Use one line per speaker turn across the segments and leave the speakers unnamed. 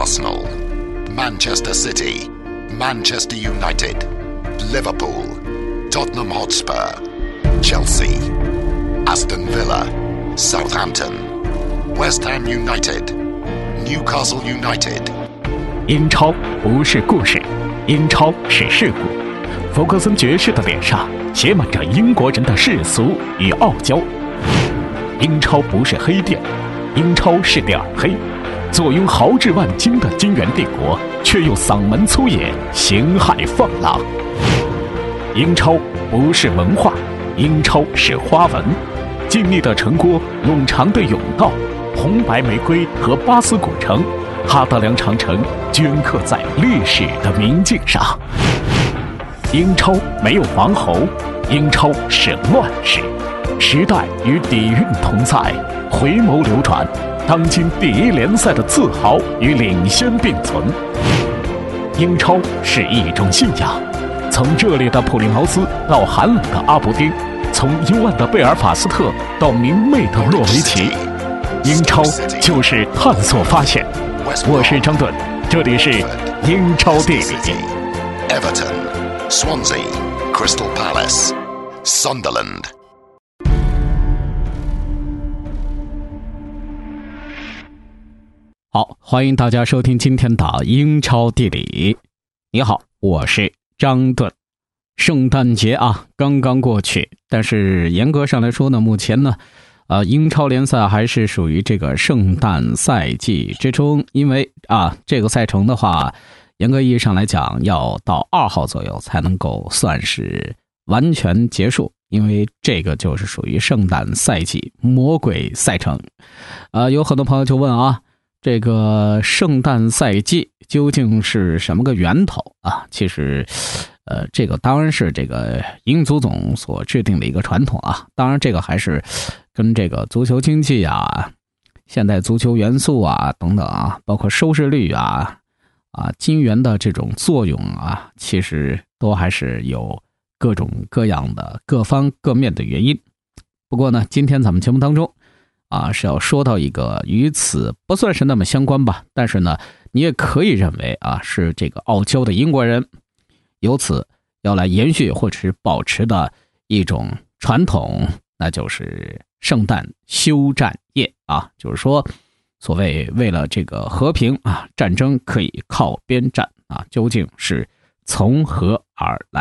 Arsenal, Manchester City, Manchester United, Liverpool, Tottenham Hotspur, Chelsea, Aston Villa, Southampton, West Ham United, Newcastle United。
英超不是故事，英超是事故。弗格森爵士的脸上写满着英国人的世俗与傲娇。英超不是黑店，英超是点黑。坐拥豪掷万金的金元帝国，却又嗓门粗野，形骸放浪。英超不是文化，英超是花纹。静谧的城郭，冗长的甬道，红白玫瑰和巴斯古城，哈德良长城镌刻在历史的明镜上。英超没有王侯，英超是乱世。时代与底蕴同在，回眸流转，当今第一联赛的自豪与领先并存。英超是一种信仰，从热烈的普利茅斯到寒冷的阿伯丁，从幽暗的贝尔法斯特到明媚的诺维奇，英超就是探索发现。我是张顿，这里是英超地理。
Everton, Swansea, Crystal Palace, Sunderland。
好，欢迎大家收听今天的英超地理。你好，我是张顿。圣诞节啊，刚刚过去，但是严格上来说呢，目前呢，英超联赛还是属于这个圣诞赛季之中，因为这个赛程的话，严格意义上来讲，要到2号左右才能够算是完全结束，因为这个就是属于圣诞赛季魔鬼赛程。有很多朋友就问啊，这个圣诞赛季究竟是什么个源头啊？其实这个当然是这个英足总所制定的一个传统啊，当然这个还是跟这个足球经济啊、现代足球元素啊等等啊，包括收视率啊、金元的这种作用啊，其实都还是有各种各样的各方各面的原因。不过呢，今天咱们节目当中是要说到一个与此不算是那么相关吧，但是呢，你也可以认为是这个傲娇的英国人由此要来延续或者是保持的一种传统，那就是圣诞休战夜就是说所谓为了这个和平战争可以靠边站究竟是从何而来？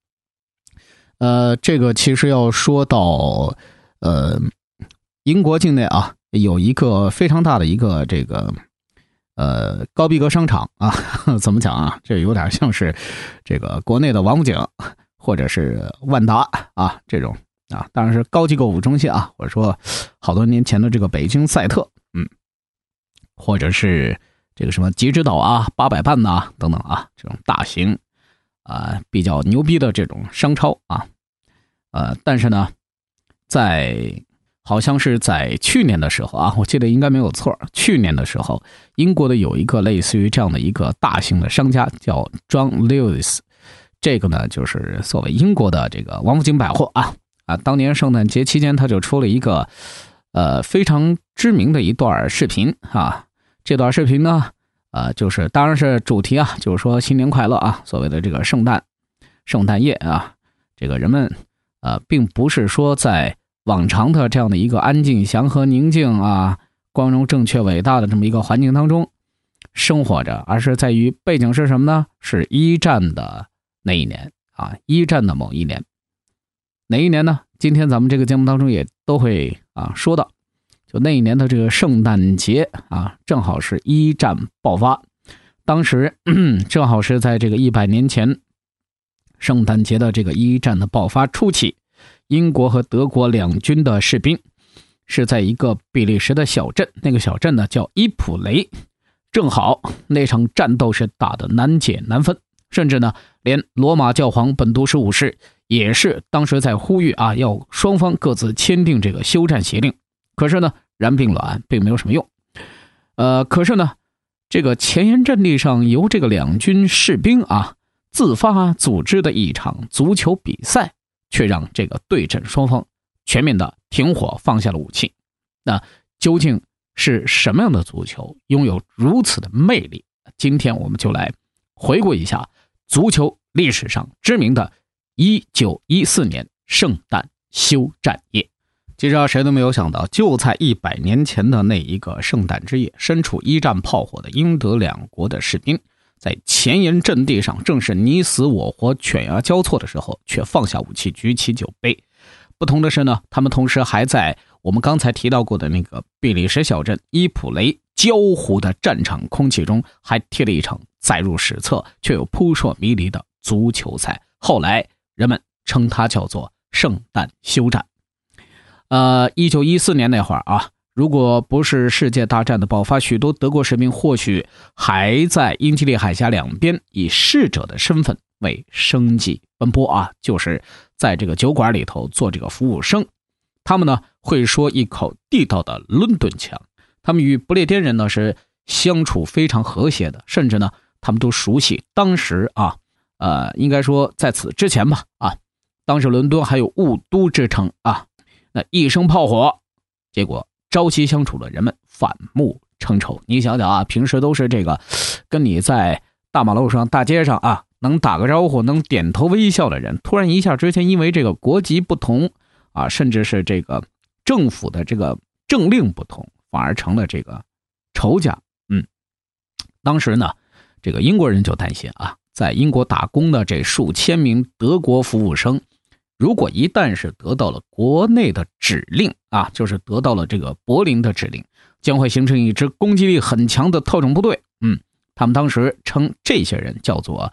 这个其实要说到英国境内有一个非常大的一个这个高逼格商场怎么讲这有点像是这个国内的王府井或者是万达这种当然是高级购物中心或者说好多年前的这个北京赛特或者是这个什么极致岛800伴等等这种大型比较牛逼的这种商超但是呢，好像是在去年的时候我记得应该没有错，去年的时候英国的有一个类似于这样的一个大型的商家叫 John Lewis， 这个呢就是所谓英国的这个王府井百货当年圣诞节期间他就出了一个非常知名的一段视频这段视频呢就是当然是主题就是说新年快乐所谓的这个圣诞夜这个人们并不是说在往常的这样的一个安静祥和宁静光荣正确伟大的这么一个环境当中生活着，而是在于背景是什么呢？是一战的那一年一战的某一年。哪一年呢？今天咱们这个节目当中也都会说到，就那一年的这个圣诞节正好是一战爆发，当时正好是在这个100年前圣诞节的这个一战的爆发初期，英国和德国两军的士兵是在一个比利时的小镇，那个小镇呢叫伊普雷，正好那场战斗是打得难解难分，甚至呢连罗马教皇本笃十五世也是当时在呼吁要双方各自签订这个休战协定，可是呢然并卵并没有什么用。可是呢这个前沿阵地上由这个两军士兵自发组织的一场足球比赛，却让这个对阵双方全面的停火，放下了武器。那究竟是什么样的足球拥有如此的魅力今天我们就来回顾一下足球历史上知名的1914年圣诞休战夜。其实谁都没有想到，就在100年前的那一个圣诞之夜，身处一战炮火的英德两国的士兵，在前沿阵地上正是你死我活、犬牙交错的时候，却放下武器，举起酒杯。不同的是呢，他们同时还在我们刚才提到过的那个比利时小镇伊普雷焦糊的战场空气中，还踢了一场载入史册却又扑朔迷离的足球赛。后来人们称它叫做圣诞休战。1914年那会儿啊，如果不是世界大战的爆发，许多德国士兵或许还在英吉利海峡两边以侍者的身份为生计奔波啊，就是在这个酒馆里头做这个服务生。他们呢会说一口地道的伦敦腔，他们与不列颠人呢是相处非常和谐的，甚至呢他们都熟悉当时应该说在此之前吧当时伦敦还有雾都之称啊。那一声炮火，结果朝夕相处的人们反目成仇。你想想啊，平时都是这个跟你在大马路上大街上能打个招呼能点头微笑的人，突然一下之间因为这个国籍不同甚至是这个政府的这个政令不同，反而成了这个仇家。当时呢这个英国人就担心在英国打工的这数千名德国服务生，如果一旦是得到了国内的指令就是得到了这个柏林的指令，将会形成一支攻击力很强的特种部队。他们当时称这些人叫做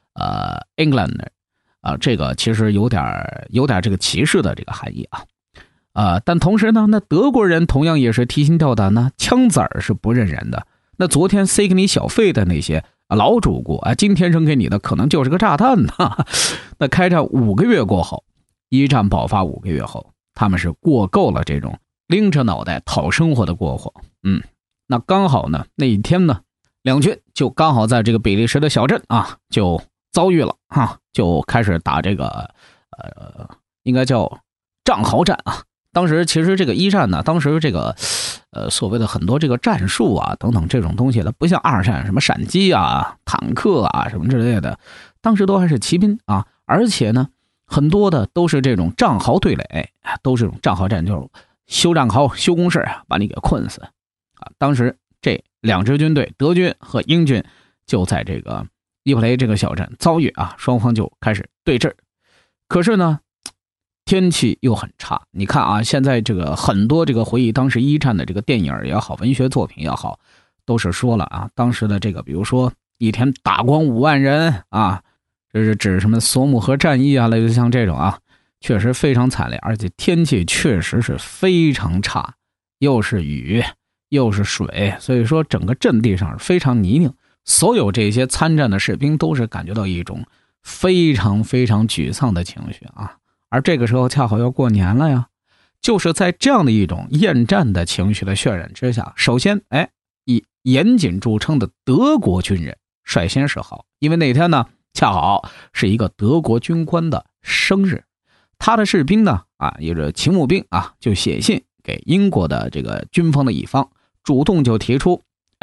Englander这个其实有点这个歧视的这个含义但同时呢，那德国人同样也是提心吊胆呢，枪子儿是不认人的。那昨天塞给你小费的那些老主顾今天扔给你的可能就是个炸弹那开战5个月过后，一战爆发5个月后，他们是过够了这种拎着脑袋讨生活的过活。那刚好呢，那一天呢，两军就刚好在这个比利时的小镇就遭遇了就开始打这个应该叫战壕战当时其实这个一战呢，当时这个所谓的很多这个战术等等这种东西，它不像二战什么闪击坦克什么之类的，当时都还是骑兵而且呢很多的都是这种战壕对垒都是这种战壕战，就是修战壕修工事把你给困死当时这两支军队，德军和英军就在这个伊普雷这个小镇遭遇双方就开始对峙。可是呢天气又很差，你看现在这个很多这个回忆当时一战的这个电影也好，文学作品也好，都是说了当时的这个比如说一天打光5万人这是指什么索姆河战役类似像这种确实非常惨烈，而且天气确实是非常差，又是雨又是水，所以说整个阵地上是非常泥泞。所有这些参战的士兵都是感觉到一种非常非常沮丧的情绪而这个时候恰好要过年了呀，就是在这样的一种厌战的情绪的渲染之下，首先以严谨著称的德国军人率先示好，因为那天呢恰好是一个德国军官的生日，他的士兵呢也是勤务兵就写信给英国的这个军方的一方，主动就提出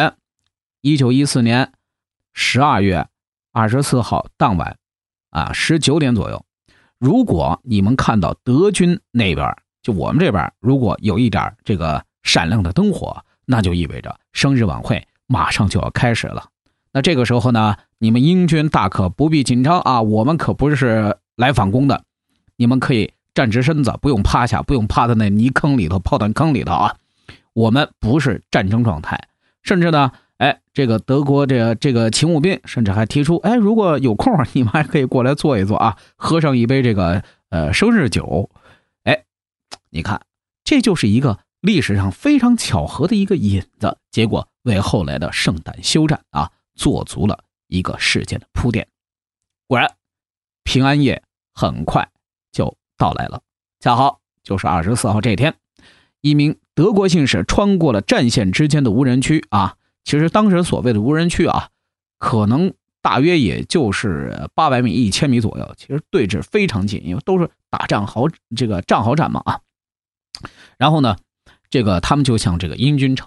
1914年12月24号当晚19点左右，如果你们看到德军那边就我们这边如果有一点这个闪亮的灯火，那就意味着生日晚会马上就要开始了。那这个时候呢，你们英军大可不必紧张我们可不是来反攻的，你们可以站直身子，不用趴下，不用趴在那泥坑里头炮弹坑里头我们不是战争状态。甚至呢这个德国这个勤务兵甚至还提出如果有空你们还可以过来坐一坐喝上一杯这个生日酒。你看这就是一个历史上非常巧合的一个引子，结果为后来的圣诞休战做足了一个事件的铺垫。果然平安夜很快就到来了，恰好就是24号这天，一名德国信使穿过了战线之间的无人区其实当时所谓的无人区可能大约也就是800米1000米左右，其实对峙非常近，因为都是打战壕这个战壕战嘛然后呢这个他们就向这个英军承诺，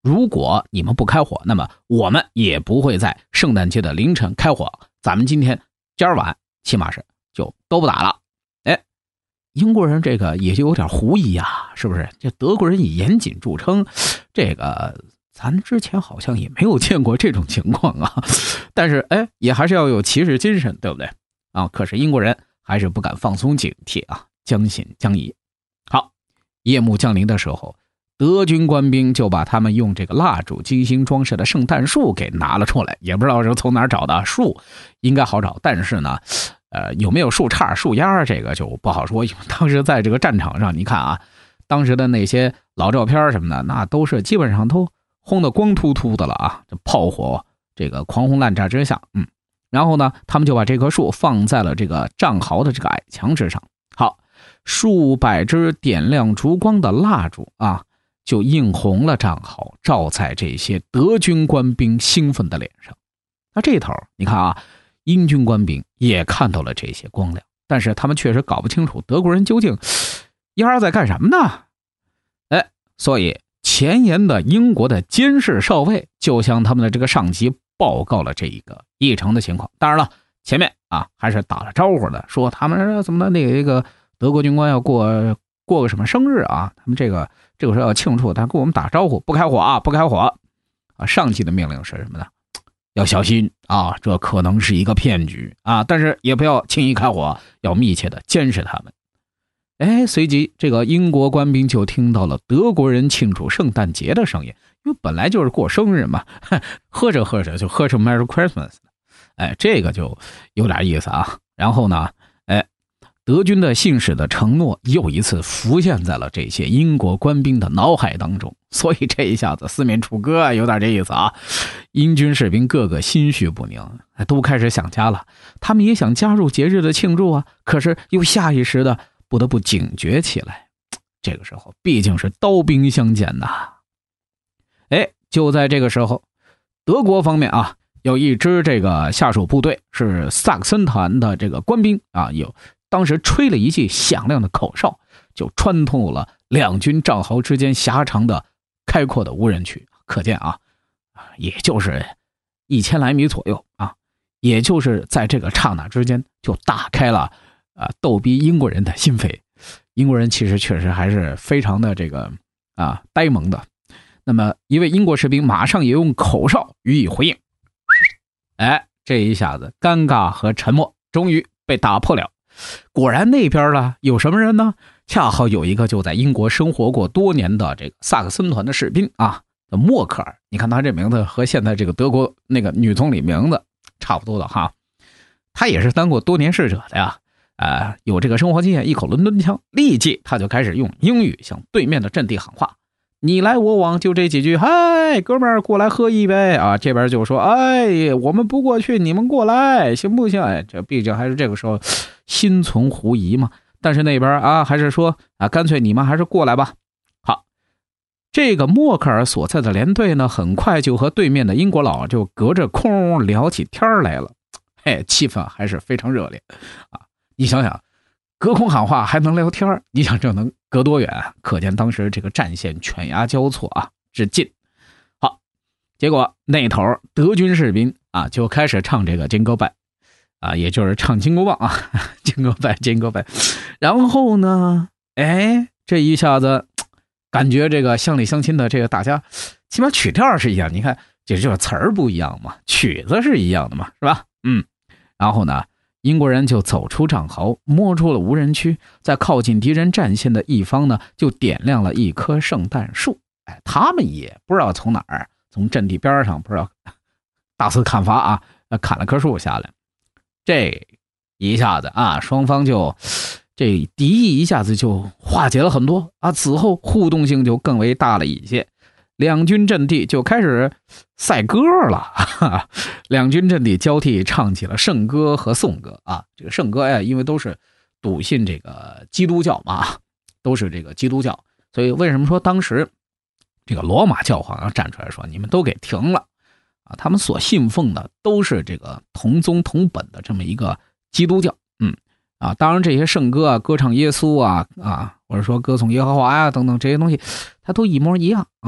如果你们不开火，那么我们也不会在圣诞节的凌晨开火，咱们今天晚起码是就都不打了。英国人这个也就有点狐疑啊，是不是？这德国人以严谨著称，这个咱之前好像也没有见过这种情况啊。但是也还是要有骑士精神，对不对啊？可是英国人还是不敢放松警惕啊，将信将疑。好，夜幕降临的时候，德军官兵就把他们用这个蜡烛精心装饰的圣诞树给拿了出来，也不知道是从哪儿找的。树应该好找，但是呢有没有树杈树丫这个就不好说。当时在这个战场上，你看啊，当时的那些老照片什么的，那都是基本上都轰得光秃秃的了啊，这炮火这个狂轰滥炸之下，然后呢他们就把这棵树放在了这个战壕的这个矮墙之上。好，数百支点亮烛光的蜡烛啊，就映红了战壕，照在这些德军官兵兴奋的脸上。那这头你看啊，英军官兵也看到了这些光亮，但是他们确实搞不清楚德国人究竟在干什么呢？所以前沿的英国的监视少尉就向他们的这个上级报告了这一个异常的情况。当然了，前面还是打了招呼的，说他们怎么的那个德国军官要过个什么生日啊，他们这个时候要庆祝，他跟我们打招呼，不开火啊，不开火啊。上级的命令是什么呢？要小心啊，这可能是一个骗局啊，但是也不要轻易开火，要密切的监视他们。随即这个英国官兵就听到了德国人庆祝圣诞节的声音，因为本来就是过生日嘛，喝着喝着就喝成 Merry Christmas 这个就有点意思啊。然后呢德军的信使的承诺又一次浮现在了这些英国官兵的脑海当中，所以这一下子四面楚歌有点这意思啊。英军士兵个个心绪不宁，都开始想家了。他们也想加入节日的庆祝啊，可是又下意识的不得不警觉起来。这个时候毕竟是刀兵相见呐。就在这个时候，德国方面有一支这个下属部队是萨克森团的这个官兵当时吹了一记响亮的口哨，就穿透了两军战壕之间狭长的开阔的无人区。可见也就是1000来米左右也就是在这个刹那之间就打开了逗逼英国人的心扉。英国人其实确实还是非常的这个呆萌的。那么一位英国士兵马上也用口哨予以回应。这一下子尴尬和沉默终于被打破了。果然那边有什么人呢？恰好有一个就在英国生活过多年的这个萨克森团的士兵叫默克尔。你看他这名字和现在这个德国那个女总理名字差不多的哈。他也是当过多年使者的呀，有这个生活经验，一口伦敦腔，立即他就开始用英语向对面的阵地喊话。你来我往，就这几句，嗨，哥们儿过来喝一杯这边就说，我们不过去，你们过来，行不行？这毕竟还是这个时候心存狐疑嘛。但是那边还是说干脆你们还是过来吧。好，这个默克尔所在的连队呢，很快就和对面的英国佬就隔着空聊起天来了。气氛还是非常热烈你想想，隔空喊话还能聊天，你想这能隔多远？可见当时这个战线犬牙交错之近。好，结果那头德军士兵就开始唱这个金戈拜也就是唱金箍棒金戈拜金戈拜。然后呢这一下子感觉这个乡里乡亲的这个大家起码曲调是一样，你看这就是词儿不一样嘛，曲子是一样的嘛，是吧？然后呢英国人就走出战壕，摸出了无人区，在靠近敌人战线的一方呢，就点亮了一棵圣诞树。他们也不知道从哪儿，从阵地边上不知道大肆砍伐砍了棵树下来。这一下子双方就这敌意一下子就化解了很多此后互动性就更为大了一些。两军阵地就开始赛歌了两军阵地交替唱起了圣歌和颂歌这个圣歌因为都是笃信这个基督教嘛，都是这个基督教，所以为什么说当时这个罗马教皇要站出来说你们都给停了他们所信奉的都是这个同宗同本的这么一个基督教。当然这些圣歌歌唱耶稣或者说歌颂耶和华等等这些东西它都一模一样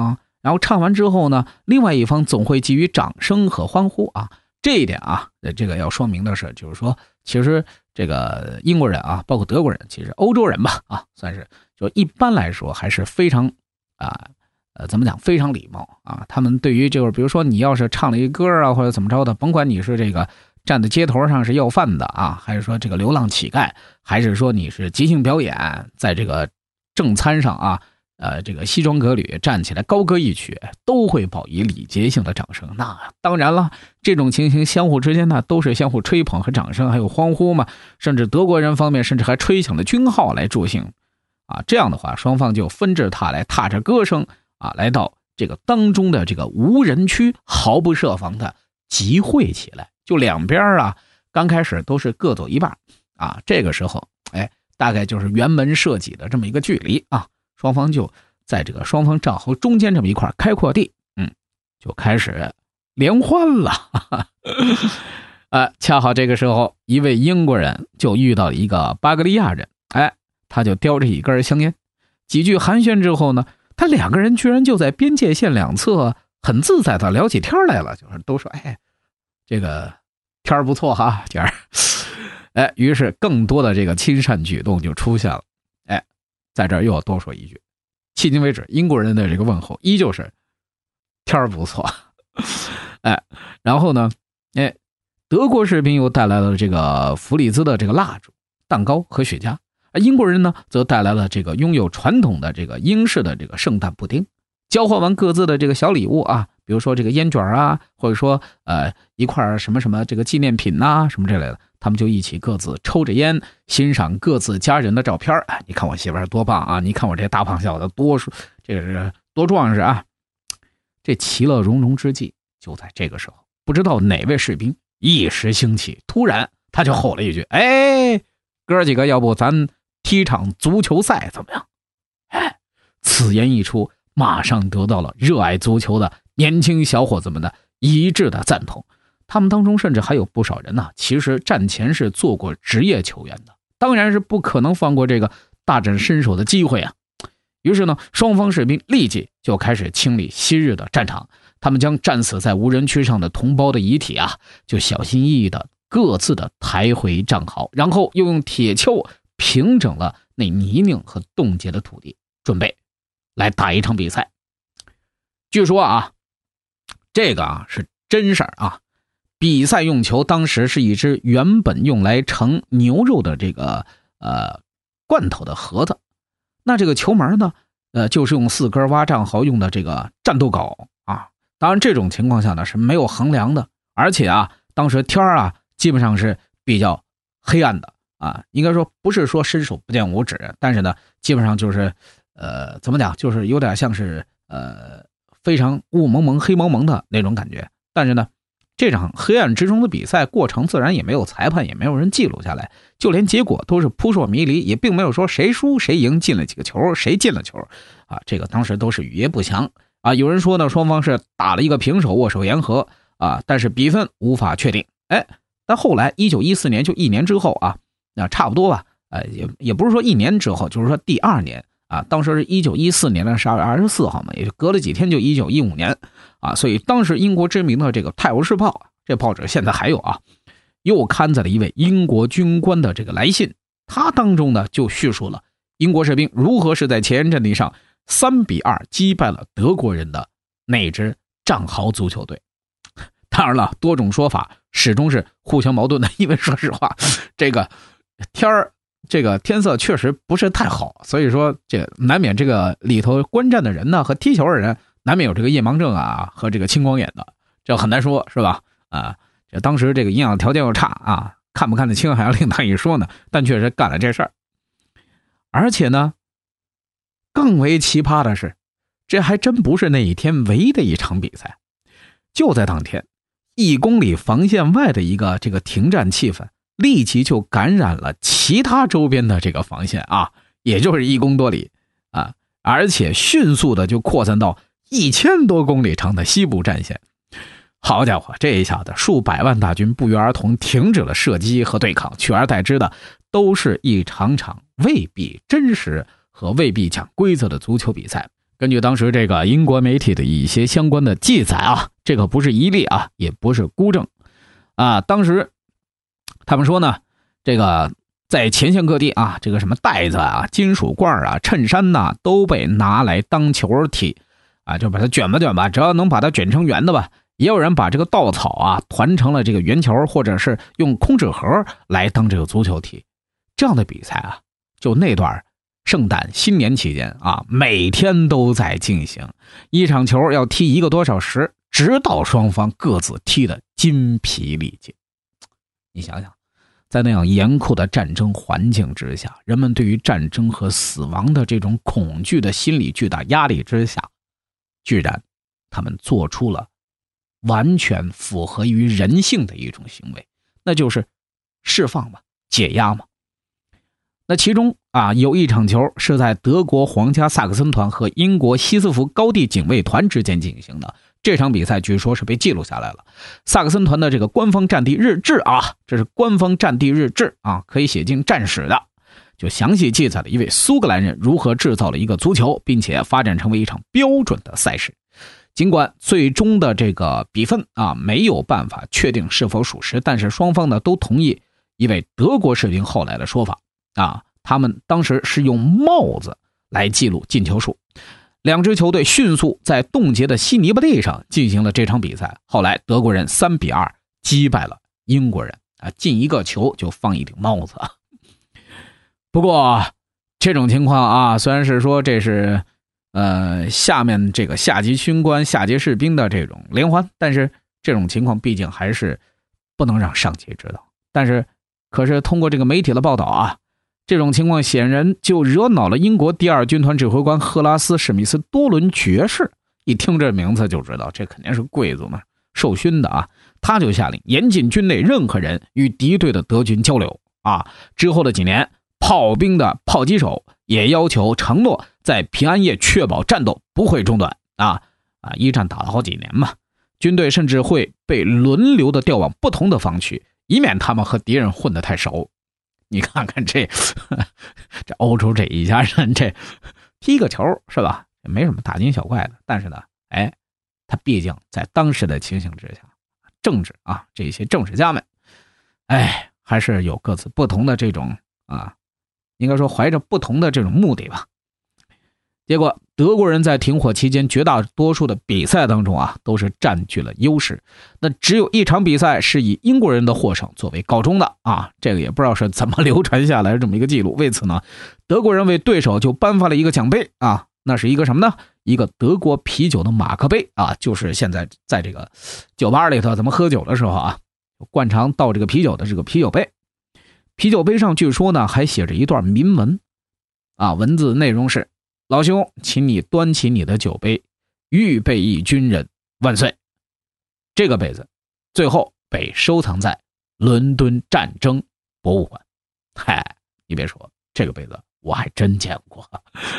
然后唱完之后呢，另外一方总会给予掌声和欢呼啊。这一点啊，这个要说明的是，就是说，其实这个英国人啊，包括德国人，其实欧洲人吧啊，算是就一般来说还是非常怎么讲，非常礼貌啊。他们对于就是比如说你要是唱了一歌啊，或者怎么着的，甭管你是这个站在街头上是要饭的啊，还是说这个流浪乞丐，还是说你是即兴表演，在这个正餐上啊。这个西装革履站起来高歌一曲，都会报以礼节性的掌声。那当然了，这种情形相互之间呢都是相互吹捧和掌声，还有欢呼嘛。甚至德国人方面甚至还吹响了军号来助兴啊。这样的话，双方就分至踏来，踏着歌声啊，来到这个当中的这个无人区，毫不设防的集会起来。就两边啊，刚开始都是各走一半啊。这个时候，大概就是辕门射戟的这么一个距离啊。双方就在这个双方战壕中间这么一块开阔地，就开始联欢了。恰好这个时候，一位英国人就遇到了一个巴格利亚人，他就叼着一根香烟，几句寒暄之后呢，他两个人居然就在边界线两侧很自在的聊起天来了，就是都说，这个天不错哈，姐儿。于是更多的这个亲善举动就出现了。在这儿又要多说一句，迄今为止英国人的这个问候依旧是天不错。然后呢，德国士兵又带来了这个弗里兹的这个蜡烛、蛋糕和雪茄，而英国人呢则带来了这个拥有传统的这个英式的这个圣诞布丁。交换完各自的这个小礼物啊，比如说这个烟卷啊，或者说一块什么什么这个纪念品啊什么之类的，他们就一起各自抽着烟，欣赏各自家人的照片。你看我媳妇儿多棒啊！你看我这大胖小子这个是多壮实啊！这其乐融融之际，就在这个时候，不知道哪位士兵一时兴起，突然他就吼了一句：“哥几个，要不咱踢场足球赛怎么样？”此言一出，马上得到了热爱足球的年轻小伙子们的一致的赞同。他们当中甚至还有不少人呢，其实战前是做过职业球员的，当然是不可能放过这个大展身手的机会啊。于是呢，双方士兵立即就开始清理昔日的战场，他们将战死在无人区上的同胞的遗体啊，就小心翼翼的各自的抬回战壕，然后又用铁锹平整了那泥泞和冻结的土地，准备来打一场比赛。据说啊，这个是真事儿啊。比赛用球当时是一只原本用来盛牛肉的这个罐头的盒子，那这个球门呢，就是用4根挖战壕用的这个战斗镐啊。当然这种情况下呢是没有衡量的，而且啊，当时天啊基本上是比较黑暗的啊，应该说不是说伸手不见五指，但是呢基本上就是怎么讲，就是有点像是非常雾蒙蒙黑蒙蒙的那种感觉。但是呢，这场黑暗之中的比赛过程自然也没有裁判，也没有人记录下来，就连结果都是扑朔迷离，也并没有说谁输谁赢，进了几个球，谁进了球啊，这个当时都是语焉不详啊。有人说呢，双方是打了一个平手，握手言和啊，但是比分无法确定。但后来1914年就1年之后啊，那差不多吧，也不是说1年之后，就是说第2年啊，当时是1914年的12月24号嘛，也就隔了几天就1915年啊，所以当时英国知名的这个《泰晤士报》这报纸现在还有啊，又刊载了一位英国军官的这个来信，他当中呢就叙述了英国士兵如何是在前沿阵地上3-2击败了德国人的那支战壕足球队。当然了，多种说法始终是互相矛盾的，因为说实话，这个天色确实不是太好，所以说这难免这个里头观战的人呢和踢球的人难免有这个夜盲症啊和这个青光眼的，这很难说是吧？这当时这个营养条件又差啊，看不看得清还要另当一说呢，但确实干了这事儿。而且呢，更为奇葩的是，这还真不是那一天唯一的一场比赛。就在当天，1公里防线外的一个这个停战气氛立即就感染了其他周边的这个防线啊，也就是1公多里啊，而且迅速的就扩散到1000多公里长的西部战线。好家伙，这一下子数百万大军不约而同停止了射击和对抗，取而代之的都是一场场未必真实和未必讲规则的足球比赛。 根据当时这个英国媒体的一些相关的记载啊，这个不是一例啊，也不是孤证啊。当时他们说呢，这个在前线各地啊，这个什么袋子啊、金属罐啊、衬衫呐，都被拿来当球踢啊，就把它卷吧卷吧，只要能把它卷成圆的吧。也有人把这个稻草啊团成了这个圆球，或者是用空纸盒来当这个足球踢。这样的比赛啊，就那段圣诞新年期间啊，每天都在进行，一场球要踢1个多小时，直到双方各自踢得筋疲力尽。你想想，在那样严酷的战争环境之下，人们对于战争和死亡的这种恐惧的心理巨大压力之下，居然他们做出了完全符合于人性的一种行为，那就是释放嘛，解压嘛。那其中啊，有一场球是在德国皇家萨克森团和英国西斯福高地警卫团之间进行的。这场比赛据说是被记录下来了。萨克森团的这个官方战地日志啊，这是官方战地日志啊，可以写进战史的，就详细记载了一位苏格兰人如何制造了一个足球，并且发展成为一场标准的赛事。尽管最终的这个比分啊没有办法确定是否属实，但是双方呢都同意一位德国士兵后来的说法啊，他们当时是用帽子来记录进球数。两支球队迅速在冻结的稀泥巴地上进行了这场比赛，后来德国人3-2击败了英国人啊，进一个球就放一顶帽子啊。不过这种情况啊，虽然是说这是下面这个下级军官、下级士兵的这种联欢，但是这种情况毕竟还是不能让上级知道。可是通过这个媒体的报道啊，这种情况显然就惹恼了英国第2军团指挥官赫拉斯·史密斯多伦爵士。一听这名字就知道这肯定是贵族嘛，受勋的啊。他就下令严禁军内任何人与敌对的德军交流啊。之后的几年，炮兵的炮击手也要求承诺在平安夜确保战斗不会中断啊！一战打了好几年嘛，军队甚至会被轮流的调往不同的防区，以免他们和敌人混得太熟。你看看这欧洲这一家人，这踢个球是吧？没什么大惊小怪的，但是呢，他毕竟在当时的情形之下，政治啊，这些政治家们，还是有各自不同的这种啊。应该说怀着不同的这种目的吧。结果德国人在停火期间绝大多数的比赛当中啊，都是占据了优势。那只有一场比赛是以英国人的获胜作为告终的啊，这个也不知道是怎么流传下来的这么一个记录。为此呢，德国人为对手就颁发了一个奖杯啊，那是一个什么呢？一个德国啤酒的马克杯啊，就是现在在这个酒吧里头咱们喝酒的时候啊，惯常倒这个啤酒的这个啤酒杯。啤酒杯上据说呢还写着一段铭文啊，文字内容是：老兄，请你端起你的酒杯，预备役军人万岁。这个杯子最后被收藏在伦敦战争博物馆。你别说，这个杯子我还真见过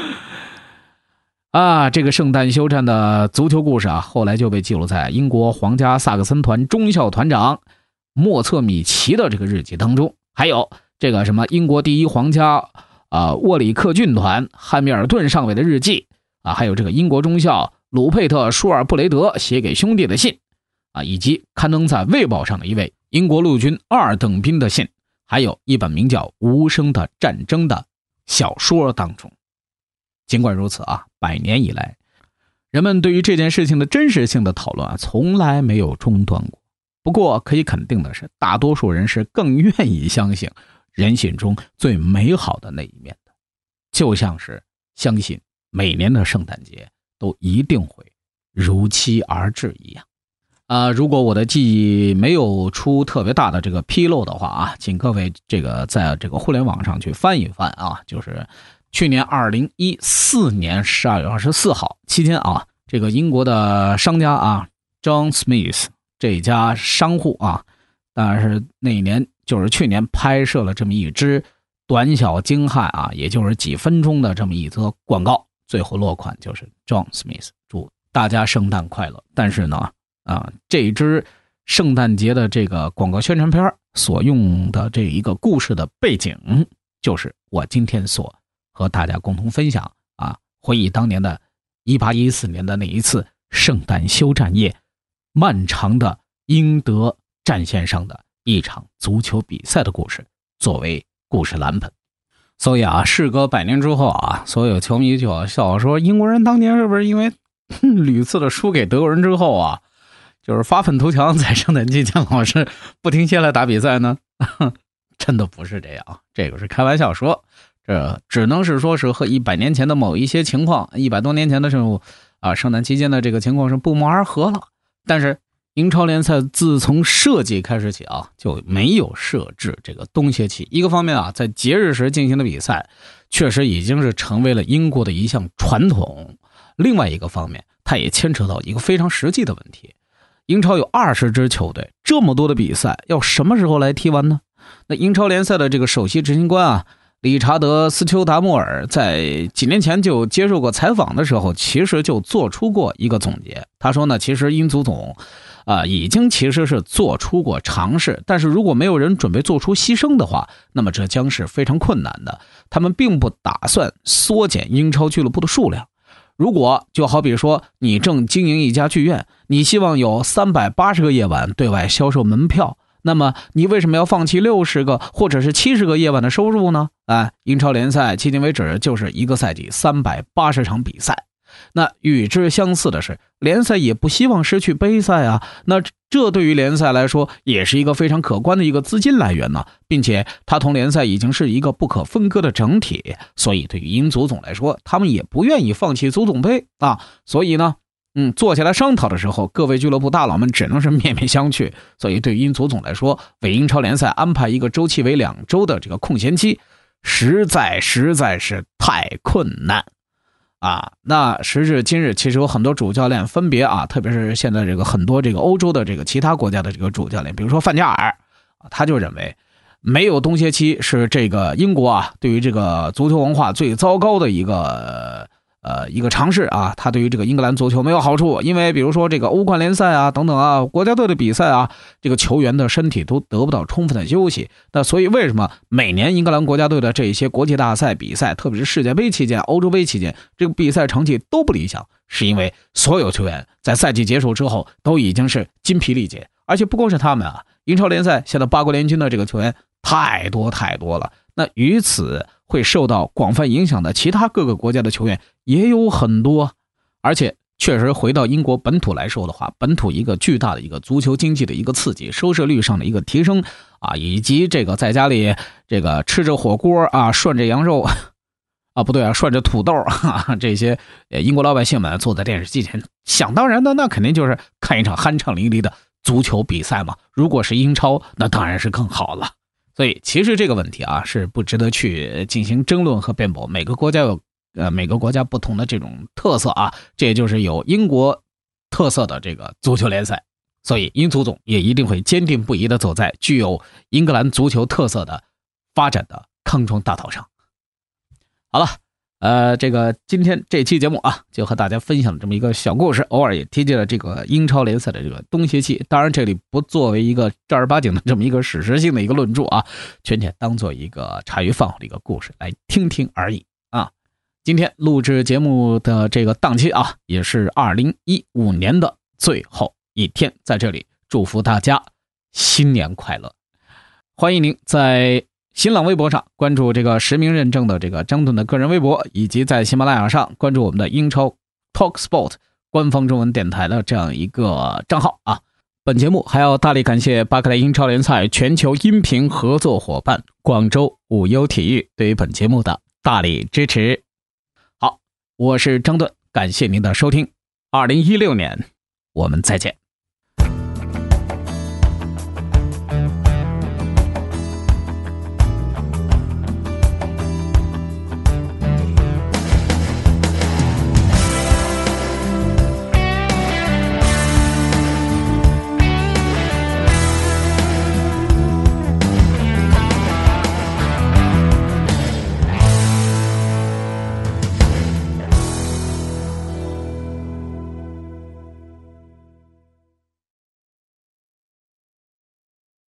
啊。这个圣诞休战的足球故事啊，后来就被记录在英国皇家萨克森团中校团长莫策米奇的这个日记当中。还有这个什么英国第1皇家沃里克郡团汉密尔顿上尉的日记啊，还有这个英国中校鲁佩特·舒尔布雷德写给兄弟的信啊，以及刊登在《卫报》上的一位英国陆军2等兵的信，还有一本名叫《无声的战争》的小说当中。尽管如此啊，100年以来，人们对于这件事情的真实性的讨论啊，从来没有中断过。不过可以肯定的是，大多数人是更愿意相信人性中最美好的那一面的，就像是相信每年的圣诞节都一定会如期而至一样。如果我的记忆没有出特别大的这个纰漏的话啊，请各位这个在这个互联网上去翻一翻啊，就是去年2014年12月24号期间啊，这个英国的商家啊 John Smith 这家商户啊，但是那一年就是去年拍摄了这么一支短小精悍啊，也就是几分钟的这么一则广告，最后落款就是 John Smith， 祝大家圣诞快乐。但是呢这一支圣诞节的这个广告宣传片所用的这一个故事的背景，就是我今天所和大家共同分享啊，回忆当年的 1814年的那一次圣诞休战夜，漫长的英德战线上的一场足球比赛的故事作为故事蓝本。所以啊，事隔100年之后啊，所有球迷就要笑说，英国人当年是不是因为屡次的输给德国人之后啊，就是发愤图强，在圣诞期间老是不停歇来打比赛呢？真的不是这样，这个是开玩笑说，这只能是说是和100年前的某一些情况，100多年前的时候啊，圣诞期间的这个情况是不谋而合了。但是英超联赛自从设计开始起啊，就没有设置这个冬歇期。一个方面啊，在节日时进行的比赛确实已经是成为了英国的一项传统。另外一个方面，它也牵扯到一个非常实际的问题。英超有20支球队，这么多的比赛要什么时候来踢完呢？那英超联赛的这个首席执行官啊，理查德·斯丘达莫尔在几年前就接受过采访的时候，其实就做出过一个总结。他说呢，其实英足总已经其实是做出过尝试，但是如果没有人准备做出牺牲的话，那么这将是非常困难的。他们并不打算缩减英超俱乐部的数量。如果就好比说你正经营一家剧院，你希望有380个夜晚对外销售门票，那么你为什么要放弃60个或者是70个夜晚的收入呢？英超联赛迄今为止就是一个赛季380场比赛。那与之相似的是，联赛也不希望失去杯赛啊，那这对于联赛来说也是一个非常可观的一个资金来源呢，并且它同联赛已经是一个不可分割的整体，所以对于英足总来说，他们也不愿意放弃足总杯啊，所以呢坐下来商讨的时候，各位俱乐部大佬们只能是面面相觑。所以对于英足总来说，为英超联赛安排一个周期为2周的这个空闲期，实在是太困难啊。那时至今日，其实有很多主教练分别啊，特别是现在这个很多这个欧洲的这个其他国家的这个主教练，比如说范加尔，他就认为没有冬歇期是这个英国啊对于这个足球文化最糟糕的一个尝试啊，他对于这个英格兰足球没有好处，因为比如说这个欧冠联赛啊等等啊，国家队的比赛啊，这个球员的身体都得不到充分的休息。那所以为什么每年英格兰国家队的这些国际大赛比赛，特别是世界杯期间、欧洲杯期间，这个比赛成绩都不理想，是因为所有球员在赛季结束之后都已经是筋疲力竭。而且不光是他们啊，英超联赛现在8国联军的这个球员太多了，那与此会受到广泛影响的其他各个国家的球员也有很多。而且确实回到英国本土来说的话，本土一个巨大的一个足球经济的一个刺激，收视率上的一个提升啊，以及这个在家里这个吃着火锅啊，涮着羊肉啊，不对啊，涮着土豆啊，这些英国老百姓们坐在电视机前，想当然的那肯定就是看一场酣畅淋漓的足球比赛嘛。如果是英超，那当然是更好了。所以其实这个问题啊是不值得去进行争论和辩驳，每个国家有每个国家不同的这种特色啊，这也就是有英国特色的这个足球联赛。所以英足总也一定会坚定不移地走在具有英格兰足球特色的发展的康庄大道上。好了，这个今天这期节目啊，就和大家分享了这么一个小故事，偶尔也提及了这个英超联赛的这个冬歇期。当然这里不作为一个正儿八经的这么一个史实性的一个论著啊，全且当做一个茶余饭后的一个故事来听听而已啊。今天录制节目的这个档期啊，也是2015年的最后一天，在这里祝福大家新年快乐。欢迎您在新浪微博上关注这个实名认证的这个张盾的个人微博，以及在喜马拉雅上关注我们的英超 TalkSport 官方中文电台的这样一个账号啊。本节目还要大力感谢巴克莱英超联赛全球音频合作伙伴广州五优体育对于本节目的大力支持。好，我是张盾，感谢您的收听。2016年我们再见。